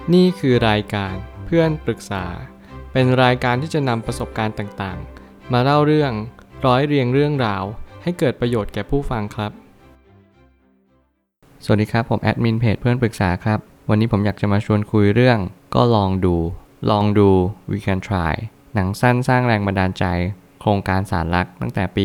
นี่คือรายการเพื่อนปรึกษาเป็นรายการที่จะนำประสบการณ์ต่างๆมาเล่าเรื่องร้อยเรียงเรื่องราวให้เกิดประโยชน์แก่ผู้ฟังครับสวัสดีครับผมแอดมินเพจเพื่อนปรึกษาครับวันนี้ผมอยากจะมาชวนคุยเรื่องก็ลองดู we can try หนังสั้นสร้างแรงบันดาลใจโครงการสารลักตั้งแต่ปี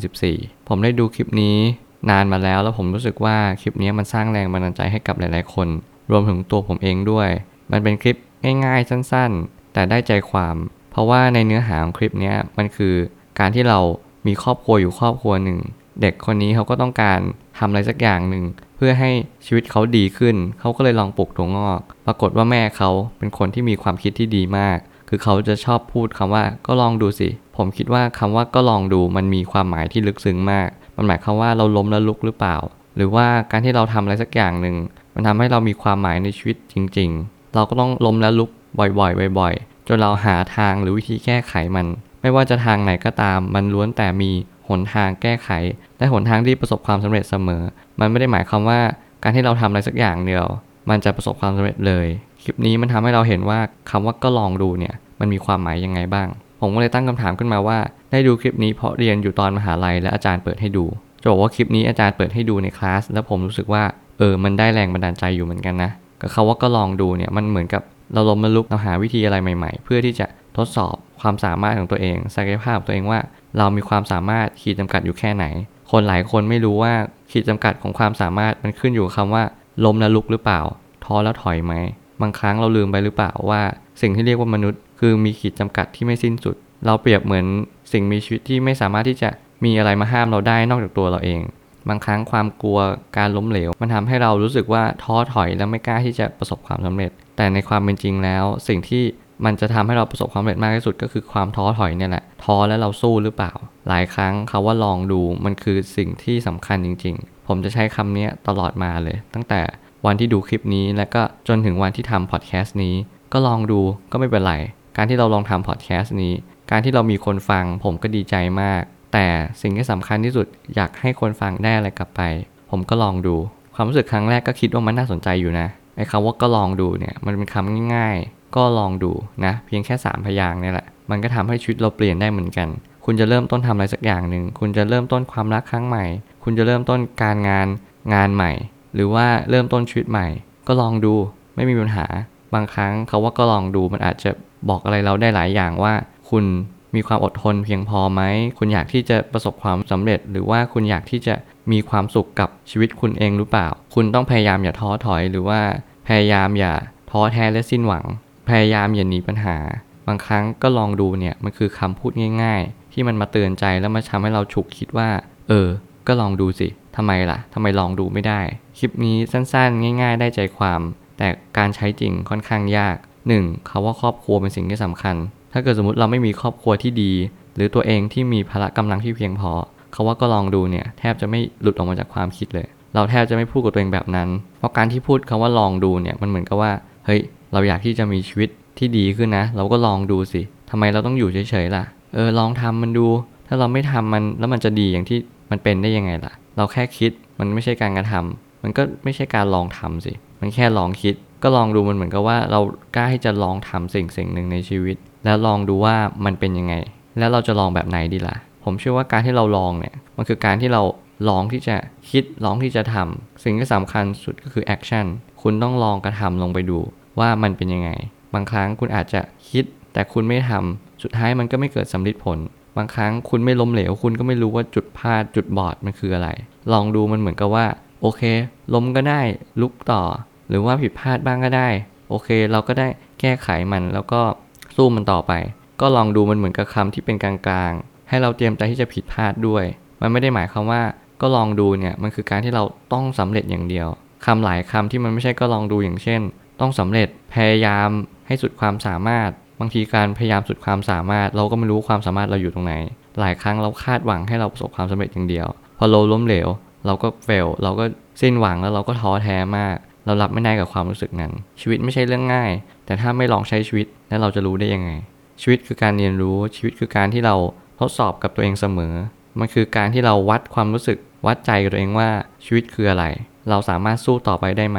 2014 ผมได้ดูคลิปนี้นานมาแล้วผมรู้สึกว่าคลิปนี้มันสร้างแรงบันดาลใจให้กับหลายๆคนรวมถึงตัวผมเองด้วยมันเป็นคลิปง่ายๆสั้นๆแต่ได้ใจความเพราะว่าในเนื้อหาของคลิปนี้มันคือการที่เรามีครอบครัวอยู่ครอบครัวหนึ่งเด็กคนนี้เขาก็ต้องการทำอะไรสักอย่างหนึ่งเพื่อให้ชีวิตเขาดีขึ้นเขาก็เลยลองปลูกถั่วงอกปรากฏว่าแม่เขาเป็นคนที่มีความคิดที่ดีมากคือเขาจะชอบพูดคำว่าก็ลองดูสิผมคิดว่าคำว่าก็ลองดูมันมีความหมายที่ลึกซึ้งมากมันหมายความว่าเราล้มแล้วลุกหรือเปล่าหรือว่าการที่เราทำอะไรสักอย่างหนึ่งมันทำให้เรามีความหมายในชีวิตจริงๆเราก็ต้องล้มแล้วลุกบ่อยๆบ่อยๆจนเราหาทางหรือวิธีแก้ไขมันไม่ว่าจะทางไหนก็ตามมันล้วนแต่มีหนทางแก้ไขและหนทางที่ประสบความสำเร็จเสมอมันไม่ได้หมายความว่าการที่เราทำอะไรสักอย่างเดียวมันจะประสบความสำเร็จเลยคลิปนี้มันทำให้เราเห็นว่าคำว่าก็ลองดูเนี่ยมันมีความหมายยังไงบ้างผมก็เลยตั้งคำถามขึ้นมาว่าได้ดูคลิปนี้เพราะเรียนอยู่ตอนมหาลัยและอาจารย์เปิดให้ดูจะบอกว่าคลิปนี้อาจารย์เปิดให้ดูในคลาสแล้วผมรู้สึกว่ามันได้แรงบันดาลใจอยู่เหมือนกันนะกับคำว่าก็ลองดูเนี่ยมันเหมือนกับเราล้มลุกเราหาวิธีอะไรใหม่ๆเพื่อที่จะทดสอบความสามารถของตัวเองศักยภาพของตัวเองว่าเรามีความสามารถขีดจำกัดอยู่แค่ไหนคนหลายคนไม่รู้ว่าขีดจำกัดของความสามารถมันขึ้นอยู่กับคำว่าล้มแล้วลุกหรือเปล่าท้อแล้วถอยไหมบางครั้งเราลืมไปหรือเปล่าว่าสิ่งที่เรียกว่ามนุษย์คือมีขีดจำกัดที่ไม่สิ้นสุดเราเปรียบเหมือนสิ่งมีชีวิตที่ไม่สามารถที่จะมีอะไรมาห้ามเราได้นอกจากตัวเราเองบางครั้งความกลัวการล้มเหลวมันทำให้เรารู้สึกว่าท้อถอยและไม่กล้าที่จะประสบความสำเร็จแต่ในความเป็นจริงแล้วสิ่งที่มันจะทำให้เราประสบความสำเร็จมากที่สุดก็คือความท้อถอยเนี่ยแหละท้อแล้วเราสู้หรือเปล่าหลายครั้งคำว่าลองดูมันคือสิ่งที่สำคัญจริงๆผมจะใช้คำนี้ตลอดมาเลยตั้งแต่วันที่ดูคลิปนี้และก็จนถึงวันที่ทำพอดแคสต์นี้ก็ลองดูก็ไม่เป็นไรการที่เราลองทำพอดแคสต์นี้การที่เรามีคนฟังผมก็ดีใจมากแต่สิ่งที่สำคัญที่สุดอยากให้คนฟังได้อะไรกลับไปผมก็ลองดูความรู้สึกครั้งแรกก็คิดว่ามันน่าสนใจอยู่นะไอ้คำว่าก็ลองดูเนี่ยมันเป็นคำง่ายๆก็ลองดูนะเพียงแค่3พยางค์นี่แหละมันก็ทำให้ชีวิตเราเปลี่ยนได้เหมือนกันคุณจะเริ่มต้นทำอะไรสักอย่างหนึ่งคุณจะเริ่มต้นความรักครั้งใหม่คุณจะเริ่มต้นการงานใหม่หรือว่าเริ่มต้นชีวิตใหม่ก็ลองดูไม่มีปัญหาบางครั้งคำว่าก็ลองดูมันอาจจะบอกอะไรเราได้หลายอย่างว่าคุณมีความอดทนเพียงพอไหมคุณอยากที่จะประสบความสำเร็จหรือว่าคุณอยากที่จะมีความสุขกับชีวิตคุณเองหรือเปล่าคุณต้องพยายามอย่าท้อถอยหรือว่าพยายามอย่าท้อแท้และสิ้นหวังพยายามอย่าหนีปัญหาบางครั้งก็ลองดูเนี่ยมันคือคำพูดง่ายๆที่มันมาเตือนใจแล้วมาทำให้เราฉุกคิดว่าก็ลองดูสิทำไมล่ะทำไมลองดูไม่ได้คลิปนี้สั้นๆง่ายๆได้ใจความแต่การใช้จริงค่อนข้างยาก1คำว่าครอบครัวเป็นสิ่งที่สำคัญถ้าเกิดสมมติเราไม่มีครอบครัวที่ดีหรือตัวเองที่มีพละกำลังที่เพียงพอเขาว่าก็ลองดูเนี่ยแทบจะไม่หลุดออกมาจากความคิดเลยเราแทบจะไม่พูดกับตัวเองแบบนั้นเพราะการที่พูดคำว่าลองดูเนี่ยมันเหมือนกับว่าเฮ้ยเราอยากที่จะมีชีวิตที่ดีขึ้นนะเราก็ลองดูสิทำไมเราต้องอยู่เฉยๆล่ะลองทำมันดูถ้าเราไม่ทำมันแล้วมันจะดีอย่างที่มันเป็นได้ยังไงล่ะเราแค่คิดมันไม่ใช่การกระทำมันก็ไม่ใช่การลองทำสิมันแค่ลองคิดก็ลองดูมันเหมือนกับว่าเรากล้าที่จะลองทำสิ่งหนึ่งในชีวิตแล้วลองดูว่ามันเป็นยังไงแล้วเราจะลองแบบไหนดีล่ะผมเชื่อว่าการที่เราลองเนี่ยมันคือการที่เราลองที่จะคิดลองที่จะทำสิ่งที่สำคัญสุดก็คือแอคชั่นคุณต้องลองกระทำลงไปดูว่ามันเป็นยังไงบางครั้งคุณอาจจะคิดแต่คุณไม่ทำสุดท้ายมันก็ไม่เกิดสำลิดผลบางครั้งคุณไม่ล้มเหลวคุณก็ไม่รู้ว่าจุดพลาดจุดบอดมันคืออะไรลองดูมันเหมือนกับว่าโอเคล้มก็ได้ลุกต่อหรือว่าผิดพลาดบ้างก็ได้โอเคเราก็ได้แก้ไขมันแล้วก็สู้มันต่อไปก็ลองดูมันเหมือนกับคำที่เป็นกลางๆให้เราเตรียมใจที่จะผิดพลาดด้วยมันไม่ได้หมายความว่าก็ลองดูเนี่ยมันคือการที่เราต้องสำเร็จอย่างเดียวคำหลายคำที่มันไม่ใช่ก็ลองดูอย่างเช่นต้องสำเร็จพยายามให้สุดความสามารถบางทีการพยายามสุดความสามารถเราก็ไม่รู้ความสามารถเราอยู่ตรงไหนหลายครั้งเราคาดหวังให้เราประสบความสำเร็จอย่างเดียวพอเราล้มเหลวเราก็เฟลเราก็สิ้นหวังแล้วเราก็ท้อแท้มากเรารับไม่ได้กับความรู้สึกนั้นชีวิตไม่ใช่เรื่องง่ายแต่ถ้าไม่ลองใช้ชีวิตแล้วเราจะรู้ได้ยังไงชีวิตคือการเรียนรู้ชีวิตคือการที่เราทดสอบกับตัวเองเสมอมันคือการที่เราวัดความรู้สึกวัดใจกับตัวเองว่าชีวิตคืออะไรเราสามารถสู้ต่อไปได้ไหม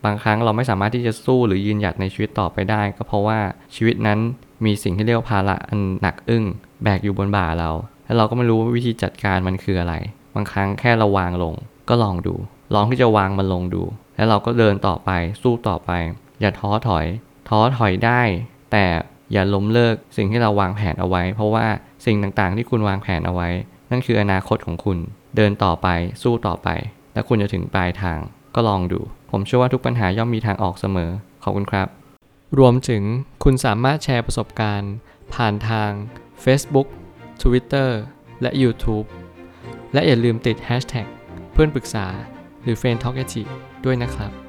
บางครั้งเราไม่สามารถที่จะสู้หรือยืนหยัดในชีวิตต่อไปได้ก็เพราะว่าชีวิตนั้นมีสิ่งที่เรียกว่าภาระอันหนักอึ้งแบกอยู่บนบ่าเราและเราก็ไม่รู้ว่าวิธีจัดการมันคืออะไรบางครั้งแค่เราวางลงก็ลองดูลองที่จะวางมันลงดูแล้วเราก็เดินต่อไปสู้ต่อไปอย่าท้อถอยได้แต่อย่าล้มเลิกสิ่งที่เราวางแผนเอาไว้เพราะว่าสิ่งต่างๆที่คุณวางแผนเอาไว้นั่นคืออนาคตของคุณเดินต่อไปสู้ต่อไปและคุณจะถึงปลายทางก็ลองดูผมเชื่อว่าทุกปัญหาย่อมมีทางออกเสมอขอบคุณครับรวมถึงคุณสามารถแชร์ประสบการณ์ผ่านทาง Facebook Twitter และ YouTube และอย่าลืมติด Hashtag เพื่อนปรึกษาหรือ f r ร e n d t a l k ด้วยนะครับ